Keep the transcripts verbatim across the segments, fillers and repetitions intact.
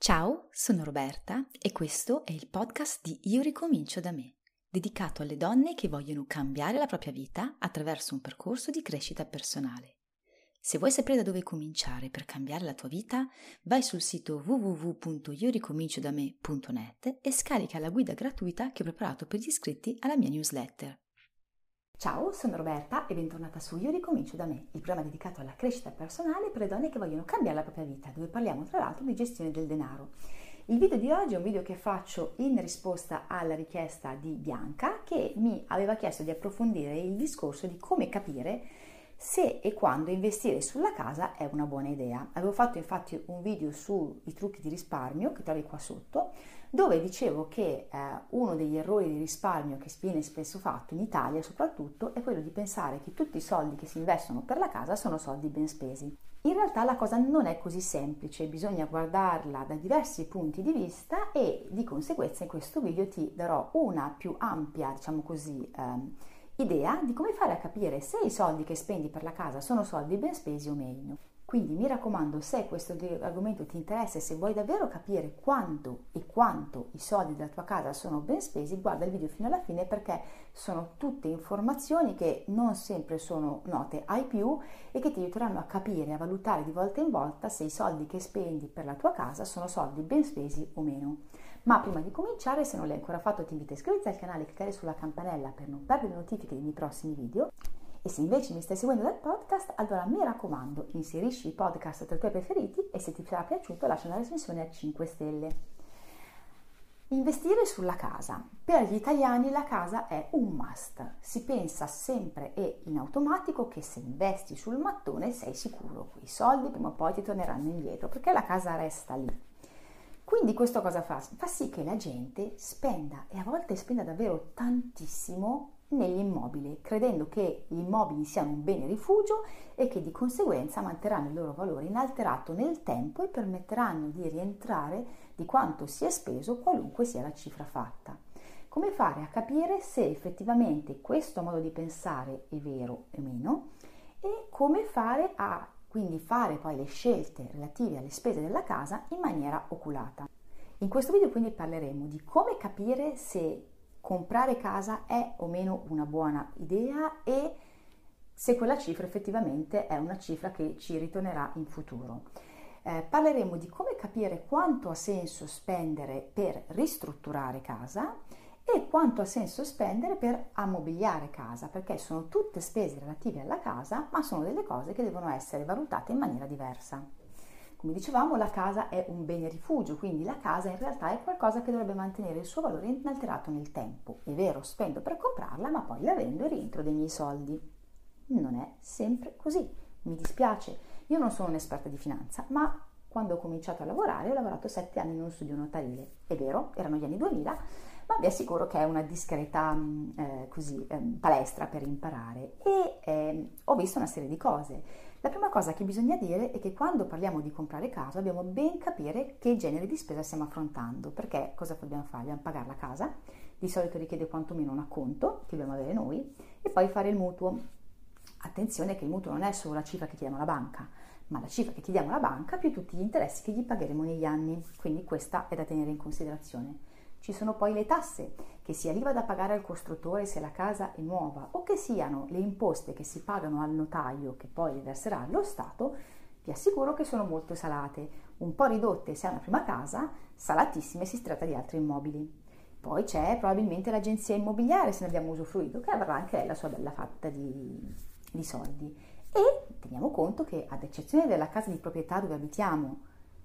Ciao, sono Roberta e questo è il podcast di Io ricomincio da me, dedicato alle donne che vogliono cambiare la propria vita attraverso un percorso di crescita personale. Se vuoi sapere da dove cominciare per cambiare la tua vita, vai sul sito w w w punto io ricomincio da me punto net e scarica la guida gratuita che ho preparato per gli iscritti alla mia newsletter. Ciao, sono Roberta e bentornata su Io ricomincio da me, il programma dedicato alla crescita personale per le donne che vogliono cambiare la propria vita, dove parliamo tra l'altro di gestione del denaro. Il video di oggi è un video che faccio in risposta alla richiesta di Bianca, che mi aveva chiesto di approfondire il discorso di come capire se e quando investire sulla casa è una buona idea. Avevo fatto infatti un video sui trucchi di risparmio, che trovi qua sotto, dove dicevo che eh, uno degli errori di risparmio che viene spesso fatto in Italia soprattutto è quello di pensare che tutti i soldi che si investono per la casa sono soldi ben spesi. In realtà la cosa non è così semplice, bisogna guardarla da diversi punti di vista e di conseguenza in questo video ti darò una più ampia, diciamo così, ehm, idea di come fare a capire se i soldi che spendi per la casa sono soldi ben spesi o meno. Quindi mi raccomando, se questo argomento ti interessa e se vuoi davvero capire quando e quanto i soldi della tua casa sono ben spesi, guarda il video fino alla fine perché sono tutte informazioni che non sempre sono note ai più e che ti aiuteranno a capire, a valutare di volta in volta se i soldi che spendi per la tua casa sono soldi ben spesi o meno. Ma prima di cominciare, se non l'hai ancora fatto, ti invito a iscriverti al canale e cliccare sulla campanella per non perdere le notifiche dei miei prossimi video. E se invece mi stai seguendo dal podcast, allora mi raccomando, inserisci i podcast tra i tuoi preferiti e se ti sarà piaciuto lascia una recensione a cinque stelle. Investire sulla casa. Per gli italiani la casa è un must. Si pensa sempre e in automatico che se investi sul mattone sei sicuro che i soldi prima o poi ti torneranno indietro perché la casa resta lì. Quindi questo cosa fa? Fa sì che la gente spenda e a volte spenda davvero tantissimo negli immobili, credendo che gli immobili siano un bene rifugio e che di conseguenza manterranno il loro valore inalterato nel tempo e permetteranno di rientrare di quanto si è speso qualunque sia la cifra fatta. Come fare a capire se effettivamente questo modo di pensare è vero o meno e come fare a quindi fare poi le scelte relative alle spese della casa in maniera oculata. In questo video quindi parleremo di come capire se comprare casa è o meno una buona idea e se quella cifra effettivamente è una cifra che ci ritornerà in futuro. Eh, parleremo di come capire quanto ha senso spendere per ristrutturare casa e quanto ha senso spendere per ammobiliare casa, perché sono tutte spese relative alla casa, ma sono delle cose che devono essere valutate in maniera diversa. Come dicevamo, la casa è un bene rifugio, quindi la casa in realtà è qualcosa che dovrebbe mantenere il suo valore inalterato nel tempo. È vero, spendo per comprarla, ma poi la vendo e rientro dei miei soldi. Non è sempre così, mi dispiace. Io non sono un'esperta di finanza, ma quando ho cominciato a lavorare ho lavorato sette anni in uno studio notarile. È vero, erano gli anni duemila, ma vi assicuro che è una discreta eh, così, eh, palestra per imparare e eh, ho visto una serie di cose. La prima cosa che bisogna dire è che quando parliamo di comprare casa dobbiamo ben capire che genere di spesa stiamo affrontando, perché cosa dobbiamo fare? Dobbiamo pagare la casa, di solito richiede quantomeno un acconto che dobbiamo avere noi e poi fare il mutuo. Attenzione che il mutuo non è solo la cifra che ti diamo la banca, ma la cifra che ti diamo la banca più tutti gli interessi che gli pagheremo negli anni, quindi questa è da tenere in considerazione. Ci sono poi le tasse, che sia l'I V A da pagare al costruttore se la casa è nuova o che siano le imposte che si pagano al notaio che poi le verserà allo Stato, vi assicuro che sono molto salate, un po' ridotte se è una prima casa, salatissime se si tratta di altri immobili. Poi c'è probabilmente l'agenzia immobiliare se ne abbiamo usufruito, che avrà anche lei la sua bella fatta di, di soldi. E teniamo conto che ad eccezione della casa di proprietà dove abitiamo,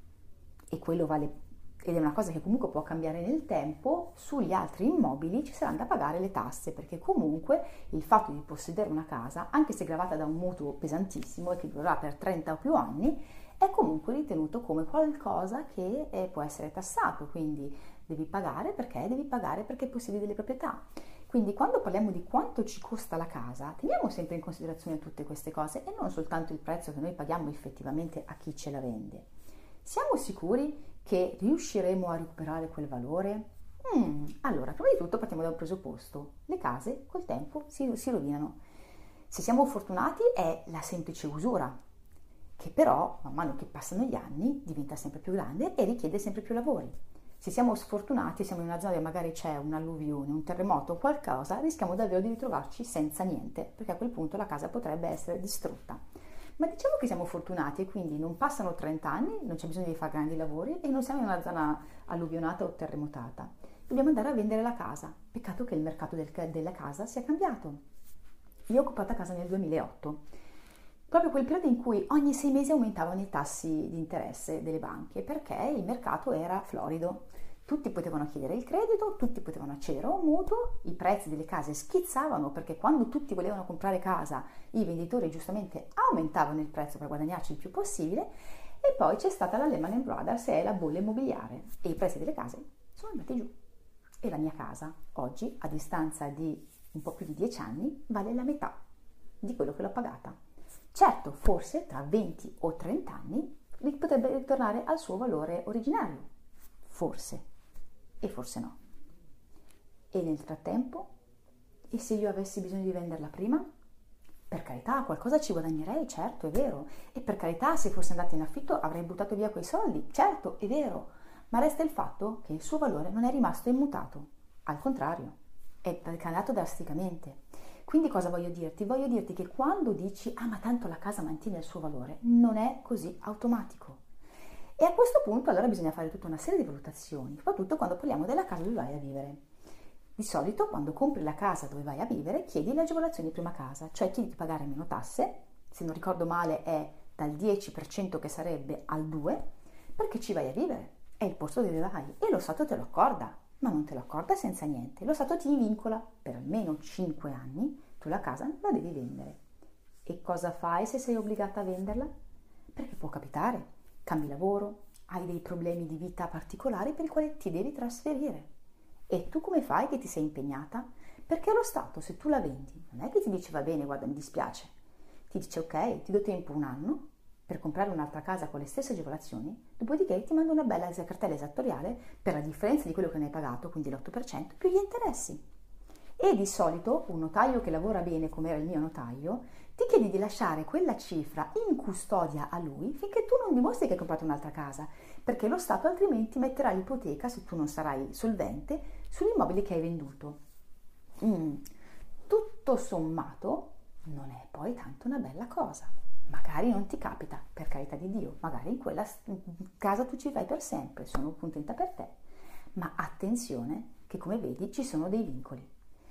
e quello vale ed è una cosa che comunque può cambiare nel tempo, sugli altri immobili ci saranno da pagare le tasse, perché comunque il fatto di possedere una casa, anche se gravata da un mutuo pesantissimo e che durerà per trenta o più anni, è comunque ritenuto come qualcosa che eh, può essere tassato, quindi devi pagare perché devi pagare perché possiedi delle proprietà. Quindi quando parliamo di quanto ci costa la casa, teniamo sempre in considerazione tutte queste cose e non soltanto il prezzo che noi paghiamo effettivamente a chi ce la vende. Siamo sicuri che riusciremo a recuperare quel valore? Mm, allora, prima di tutto partiamo da un presupposto. Le case col tempo si, si rovinano. Se siamo fortunati è la semplice usura, che però man mano che passano gli anni diventa sempre più grande e richiede sempre più lavori. Se siamo sfortunati, siamo in una zona dove magari c'è un'alluvione, un terremoto o qualcosa, rischiamo davvero di ritrovarci senza niente, perché a quel punto la casa potrebbe essere distrutta. Ma diciamo che siamo fortunati e quindi non passano trenta anni, non c'è bisogno di fare grandi lavori e non siamo in una zona alluvionata o terremotata. Dobbiamo andare a vendere la casa. Peccato che il mercato del, della casa sia cambiato. Io ho comprato casa nel duemilaotto, proprio quel periodo in cui ogni sei mesi aumentavano i tassi di interesse delle banche, perché il mercato era florido. Tutti potevano chiedere il credito, tutti potevano accedere a un mutuo, i prezzi delle case schizzavano perché quando tutti volevano comprare casa i venditori giustamente aumentavano il prezzo per guadagnarci il più possibile e poi c'è stata la Lehman Brothers e la bolla immobiliare e i prezzi delle case sono andati giù. E la mia casa oggi, a distanza di un po' più di dieci anni, vale la metà di quello che l'ho pagata. Certo, forse tra venti o trenta anni potrebbe ritornare al suo valore originario, forse. E forse no. E nel frattempo? E se io avessi bisogno di venderla prima? Per carità, qualcosa ci guadagnerei, certo, è vero. E per carità, se fosse andata in affitto avrei buttato via quei soldi, certo, è vero. Ma resta il fatto che il suo valore non è rimasto immutato. Al contrario, è calato drasticamente. Quindi cosa voglio dirti? Voglio dirti che quando dici, ah ma tanto la casa mantiene il suo valore, non è così automatico. E a questo punto allora bisogna fare tutta una serie di valutazioni, soprattutto quando parliamo della casa dove vai a vivere. Di solito quando compri la casa dove vai a vivere chiedi le agevolazioni prima casa, cioè chiedi di pagare meno tasse, se non ricordo male è dal dieci per cento che sarebbe al due per cento, perché ci vai a vivere, è il posto dove vai e lo Stato te lo accorda, ma non te lo accorda senza niente, lo Stato ti vincola per almeno cinque anni, tu la casa la devi vendere. E cosa fai se sei obbligata a venderla? Perché può capitare. Cambi lavoro, hai dei problemi di vita particolari per i quali ti devi trasferire. E tu come fai che ti sei impegnata? Perché lo Stato, se tu la vendi, non è che ti dice va bene, guarda, mi dispiace. Ti dice ok, ti do tempo un anno per comprare un'altra casa con le stesse agevolazioni, dopodiché ti mando una bella cartella esattoriale per la differenza di quello che ne hai pagato, quindi l'otto per cento, più gli interessi. E di solito un notaio che lavora bene, come era il mio notaio, ti chiede di lasciare quella cifra in custodia a lui finché tu non dimostri che hai comprato un'altra casa, perché lo Stato altrimenti metterà l'ipoteca, se tu non sarai solvente, sugli immobili che hai venduto. Mm. Tutto sommato non è poi tanto una bella cosa. Magari non ti capita, per carità di Dio, magari in quella casa tu ci vai per sempre, sono contenta per te. Ma attenzione che come vedi ci sono dei vincoli.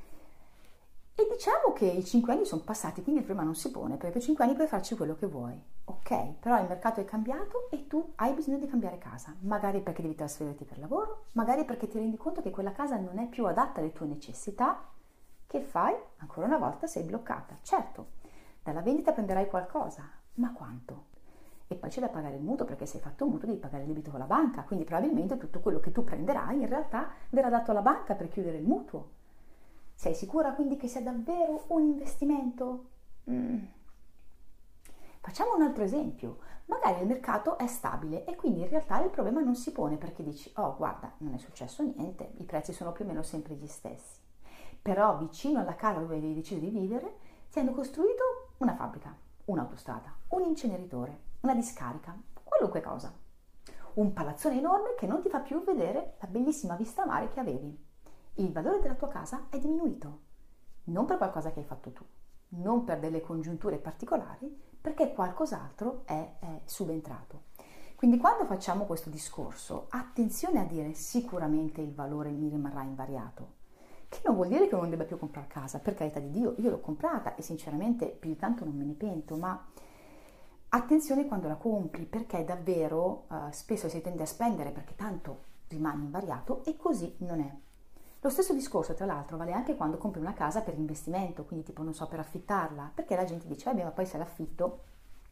E diciamo che i cinque anni sono passati, quindi il problema non si pone, perché per cinque anni puoi farci quello che vuoi. Ok, però il mercato è cambiato e tu hai bisogno di cambiare casa, magari perché devi trasferirti per lavoro, magari perché ti rendi conto che quella casa non è più adatta alle tue necessità. Che fai? Ancora una volta sei bloccata. Certo, dalla vendita prenderai qualcosa, ma quanto? E poi c'è da pagare il mutuo, perché se hai fatto un mutuo devi pagare il debito con la banca, quindi probabilmente tutto quello che tu prenderai in realtà verrà dato alla banca per chiudere il mutuo. Sei sicura quindi che sia davvero un investimento? Mm. Facciamo un altro esempio. Magari il mercato è stabile e quindi in realtà il problema non si pone perché dici, oh guarda, non è successo niente, i prezzi sono più o meno sempre gli stessi. Però vicino alla casa dove avevi deciso di vivere ti hanno costruito una fabbrica, un'autostrada, un inceneritore, una discarica, qualunque cosa. Un palazzone enorme che non ti fa più vedere la bellissima vista mare che avevi. Il valore della tua casa è diminuito, non per qualcosa che hai fatto tu, non per delle congiunture particolari, perché qualcos'altro è, è subentrato. Quindi quando facciamo questo discorso, attenzione a dire sicuramente il valore mi rimarrà invariato, che non vuol dire che non debba più comprare casa, per carità di Dio, io l'ho comprata e sinceramente più di tanto non me ne pento, ma attenzione quando la compri, perché davvero eh, spesso si tende a spendere perché tanto rimane invariato e così non è. Lo stesso discorso, tra l'altro, vale anche quando compri una casa per investimento, quindi tipo, non so, per affittarla, perché la gente dice, vabbè, ma poi se l'affitto,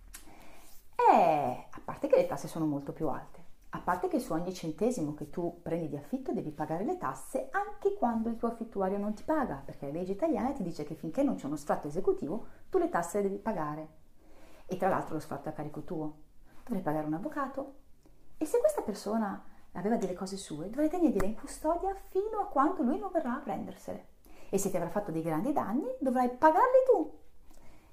eh, a parte che le tasse sono molto più alte, a parte che su ogni centesimo che tu prendi di affitto devi pagare le tasse anche quando il tuo affittuario non ti paga, perché la legge italiana ti dice che finché non c'è uno sfratto esecutivo, tu le tasse le devi pagare. E tra l'altro lo sfratto è a carico tuo. Dovrai pagare un avvocato. E se questa persona aveva delle cose sue, dovrai tenerle in custodia fino a quando lui non verrà a prendersele. E se ti avrà fatto dei grandi danni, dovrai pagarli tu.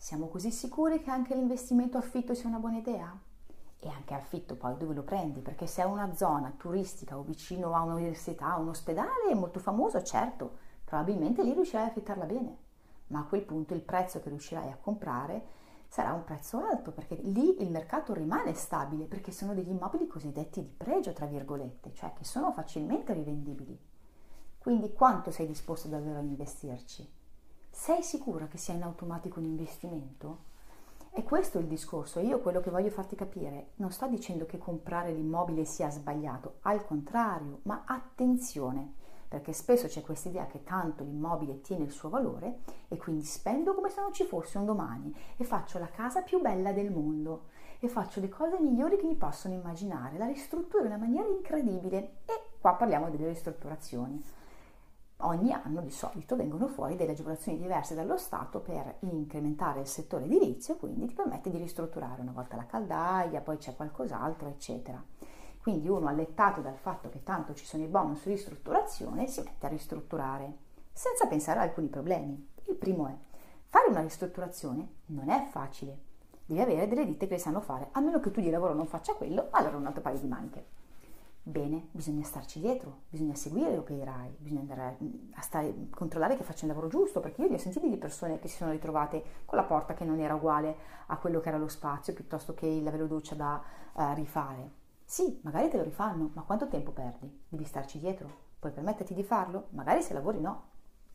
Siamo così sicuri che anche l'investimento affitto sia una buona idea? E anche affitto poi dove lo prendi? Perché se è una zona turistica o vicino a un'università, un ospedale è molto famoso, certo, probabilmente lì riuscirai a affittarla bene, ma a quel punto il prezzo che riuscirai a comprare sarà un prezzo alto, perché lì il mercato rimane stabile, perché sono degli immobili cosiddetti di pregio, tra virgolette, cioè che sono facilmente rivendibili. Quindi quanto sei disposto davvero a investirci? Sei sicura che sia in automatico un investimento? E questo è il discorso. Io quello che voglio farti capire, non sto dicendo che comprare l'immobile sia sbagliato, al contrario, ma attenzione, perché spesso c'è questa idea che tanto l'immobile tiene il suo valore e quindi spendo come se non ci fosse un domani e faccio la casa più bella del mondo e faccio le cose migliori che mi possono immaginare, la ristrutturo in una maniera incredibile. E qua parliamo delle ristrutturazioni. Ogni anno di solito vengono fuori delle agevolazioni diverse dallo Stato per incrementare il settore edilizio, quindi ti permette di ristrutturare una volta la caldaia, poi c'è qualcos'altro, eccetera. Quindi uno, allettato dal fatto che tanto ci sono i bonus ristrutturazione, si mette a ristrutturare, senza pensare a alcuni problemi. Il primo è, fare una ristrutturazione non è facile, devi avere delle ditte che le sanno fare, a meno che tu di lavoro non faccia quello, allora un altro paio di maniche. Bene, bisogna starci dietro, bisogna seguire lo che dirai, bisogna andare a stare, controllare che faccia il lavoro giusto, perché io li ho sentiti di persone che si sono ritrovate con la porta che non era uguale a quello che era lo spazio, piuttosto che il lavello doccia da uh, rifare. Sì, magari te lo rifanno, ma quanto tempo perdi? Devi starci dietro, puoi permetterti di farlo? Magari se lavori no.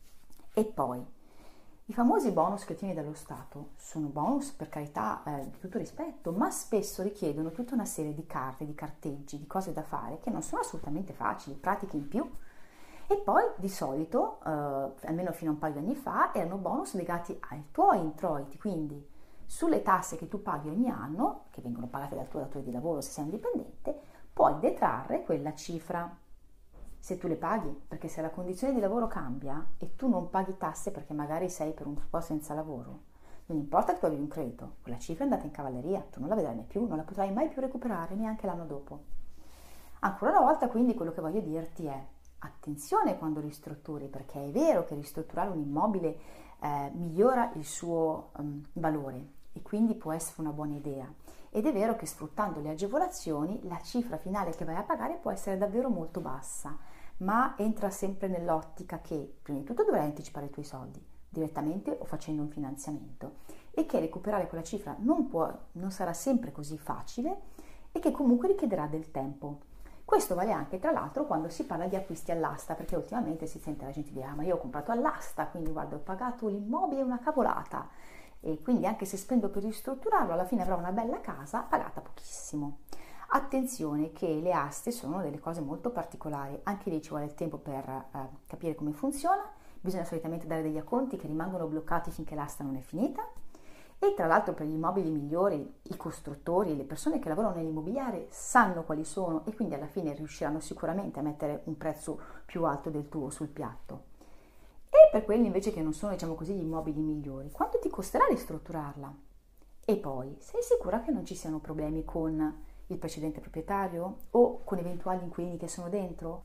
E poi, i famosi bonus che ottieni dallo Stato sono bonus, per carità, eh, di tutto rispetto, ma spesso richiedono tutta una serie di carte, di carteggi, di cose da fare che non sono assolutamente facili, pratiche in più. E poi di solito, eh, almeno fino a un paio di anni fa, erano bonus legati ai tuoi introiti, quindi sulle tasse che tu paghi ogni anno, che vengono pagate dal tuo datore di lavoro se sei indipendente, puoi detrarre quella cifra. Se tu le paghi, perché se la condizione di lavoro cambia e tu non paghi tasse perché magari sei per un po' senza lavoro, non importa che tu avevi un credito, quella cifra è andata in cavalleria, tu non la vedrai mai più, non la potrai mai più recuperare neanche l'anno dopo. Ancora una volta quindi quello che voglio dirti è attenzione quando ristrutturi, perché è vero che ristrutturare un immobile eh, migliora il suo um, valore e quindi può essere una buona idea. Ed è vero che sfruttando le agevolazioni la cifra finale che vai a pagare può essere davvero molto bassa, ma entra sempre nell'ottica che prima di tutto dovrai anticipare i tuoi soldi, direttamente o facendo un finanziamento, e che recuperare quella cifra non, può, non sarà sempre così facile e che comunque richiederà del tempo. Questo vale anche tra l'altro quando si parla di acquisti all'asta, perché ultimamente si sente la gente dire ah ma io ho comprato all'asta, quindi guarda ho pagato l'immobile una cavolata, e quindi anche se spendo per ristrutturarlo alla fine avrò una bella casa pagata pochissimo. Attenzione che le aste sono delle cose molto particolari, anche lì ci vuole il tempo per eh, capire come funziona, bisogna solitamente dare degli acconti che rimangono bloccati finché l'asta non è finita, e tra l'altro per gli immobili migliori i costruttori, le persone che lavorano nell'immobiliare sanno quali sono e quindi alla fine riusciranno sicuramente a mettere un prezzo più alto del tuo sul piatto. E per quelli invece che non sono, diciamo così, gli immobili migliori, quanto ti costerà ristrutturarla? E poi, sei sicura che non ci siano problemi con il precedente proprietario o con eventuali inquilini che sono dentro?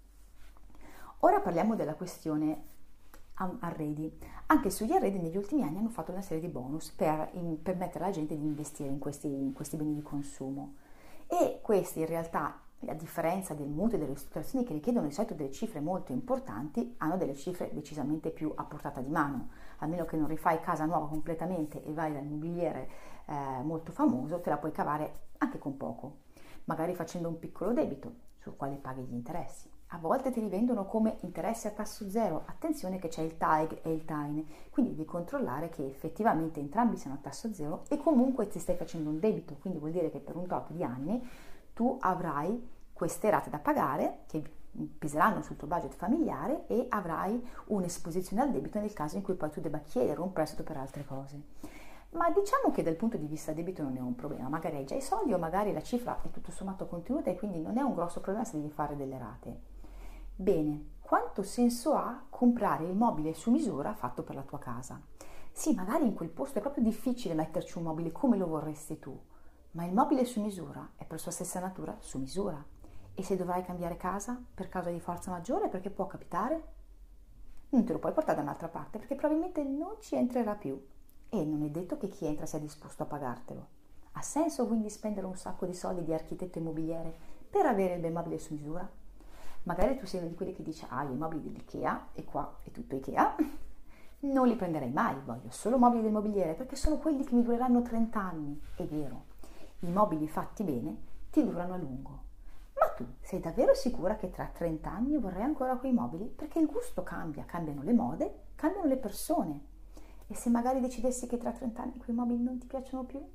Ora parliamo della questione arredi. Anche sugli arredi negli ultimi anni hanno fatto una serie di bonus per in, permettere alla gente di investire in questi, in questi beni di consumo, e questi in realtà, a differenza del mutuo e delle ristrutturazioni che richiedono di solito delle cifre molto importanti, hanno delle cifre decisamente più a portata di mano, a meno che non rifai casa nuova completamente e vai dal mobiliere eh, molto famoso, te la puoi cavare anche con poco, magari facendo un piccolo debito sul quale paghi gli interessi. A volte ti rivendono come interessi a tasso zero, attenzione che c'è il T A E G e il T A I N E, quindi devi controllare che effettivamente entrambi siano a tasso zero e comunque ti stai facendo un debito, quindi vuol dire che per un tot di anni tu avrai queste rate da pagare che peseranno sul tuo budget familiare e avrai un'esposizione al debito nel caso in cui poi tu debba chiedere un prestito per altre cose. Ma diciamo che dal punto di vista debito non è un problema, magari hai già i soldi o magari la cifra è tutto sommato contenuta e quindi non è un grosso problema se devi fare delle rate. Bene, quanto senso ha comprare il mobile su misura fatto per la tua casa? Sì, magari in quel posto è proprio difficile metterci un mobile come lo vorresti tu, ma il mobile su misura è per sua stessa natura su misura. E se dovrai cambiare casa per causa di forza maggiore, perché può capitare, non te lo puoi portare da un'altra parte perché probabilmente non ci entrerà più. e non è detto che chi entra sia disposto a pagartelo. Ha senso quindi spendere un sacco di soldi di architetto immobiliare per avere il bel mobile su misura? Magari tu sei uno di quelli che dice, ah, i mobili dell'Ikea, e qua è tutto Ikea, non li prenderei mai, voglio solo mobili del mobiliere, perché sono quelli che mi dureranno trenta anni. È vero, i mobili fatti bene ti durano a lungo. Ma tu sei davvero sicura che tra trenta anni vorrai ancora quei mobili? Perché il gusto cambia, cambiano le mode, cambiano le persone. E se magari decidessi che tra trenta anni quei mobili non ti piacciono più?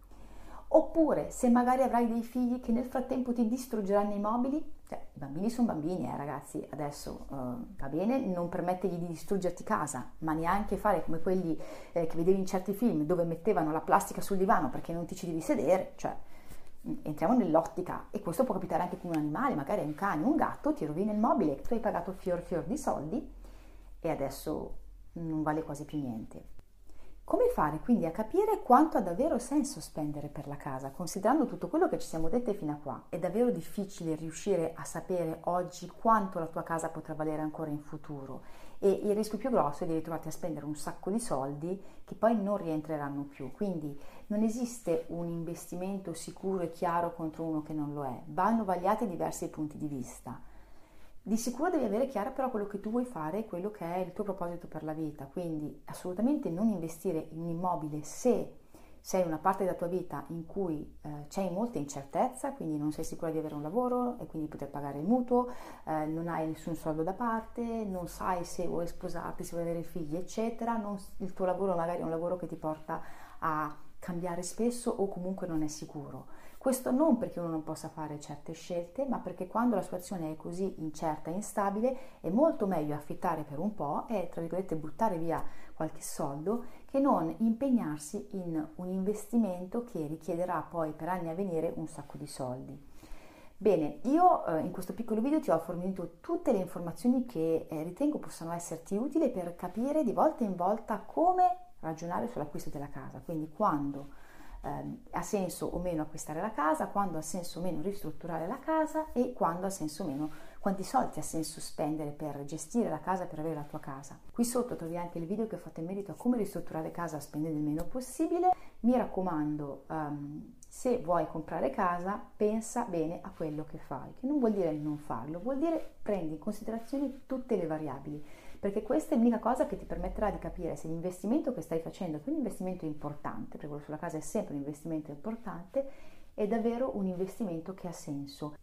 Oppure se magari avrai dei figli che nel frattempo ti distruggeranno i mobili, cioè i bambini sono bambini, eh, ragazzi, adesso uh, va bene non permettergli di distruggerti casa, ma neanche fare come quelli eh, che vedevi in certi film dove mettevano la plastica sul divano perché non ti ci devi sedere, cioè entriamo nell'ottica, e questo può capitare anche con un animale, magari un cane, un gatto, ti rovina il mobile, tu hai pagato fior fior di soldi e adesso non vale quasi più niente. Come fare quindi a capire quanto ha davvero senso spendere per la casa? Considerando tutto quello che ci siamo dette fino a qua, è davvero difficile riuscire a sapere oggi quanto la tua casa potrà valere ancora in futuro, e il rischio più grosso è di ritrovarti a spendere un sacco di soldi che poi non rientreranno più. Quindi non esiste un investimento sicuro e chiaro contro uno che non lo è, vanno vagliati diversi punti di vista. Di sicuro devi avere chiaro però quello che tu vuoi fare e quello che è il tuo proposito per la vita, quindi assolutamente non investire in un immobile se sei in una parte della tua vita in cui eh, c'è molta incertezza, quindi non sei sicura di avere un lavoro e quindi poter pagare il mutuo, eh, non hai nessun soldo da parte, non sai se vuoi sposarti, se vuoi avere figli, eccetera, non, il tuo lavoro magari è un lavoro che ti porta a cambiare spesso o comunque non è sicuro. Questo non perché uno non possa fare certe scelte, ma perché quando la situazione è così incerta e instabile è molto meglio affittare per un po' e, tra virgolette, buttare via qualche soldo che non impegnarsi in un investimento che richiederà poi per anni a venire un sacco di soldi. Bene, io eh, in questo piccolo video ti ho fornito tutte le informazioni che eh, ritengo possano esserti utili per capire di volta in volta come ragionare sull'acquisto della casa, quindi quando eh, ha senso o meno acquistare la casa, quando ha senso o meno ristrutturare la casa e quando ha senso o meno, quanti soldi ha senso spendere per gestire la casa, per avere la tua casa. Qui sotto trovi anche il video che ho fatto in merito a come ristrutturare casa spendendo il meno possibile. Mi raccomando, um, se vuoi comprare casa, pensa bene a quello che fai, che non vuol dire non farlo, vuol dire prendi in considerazione tutte le variabili, perché questa è l'unica cosa che ti permetterà di capire se l'investimento che stai facendo, che è un investimento importante, perché quello sulla casa è sempre un investimento importante, è davvero un investimento che ha senso.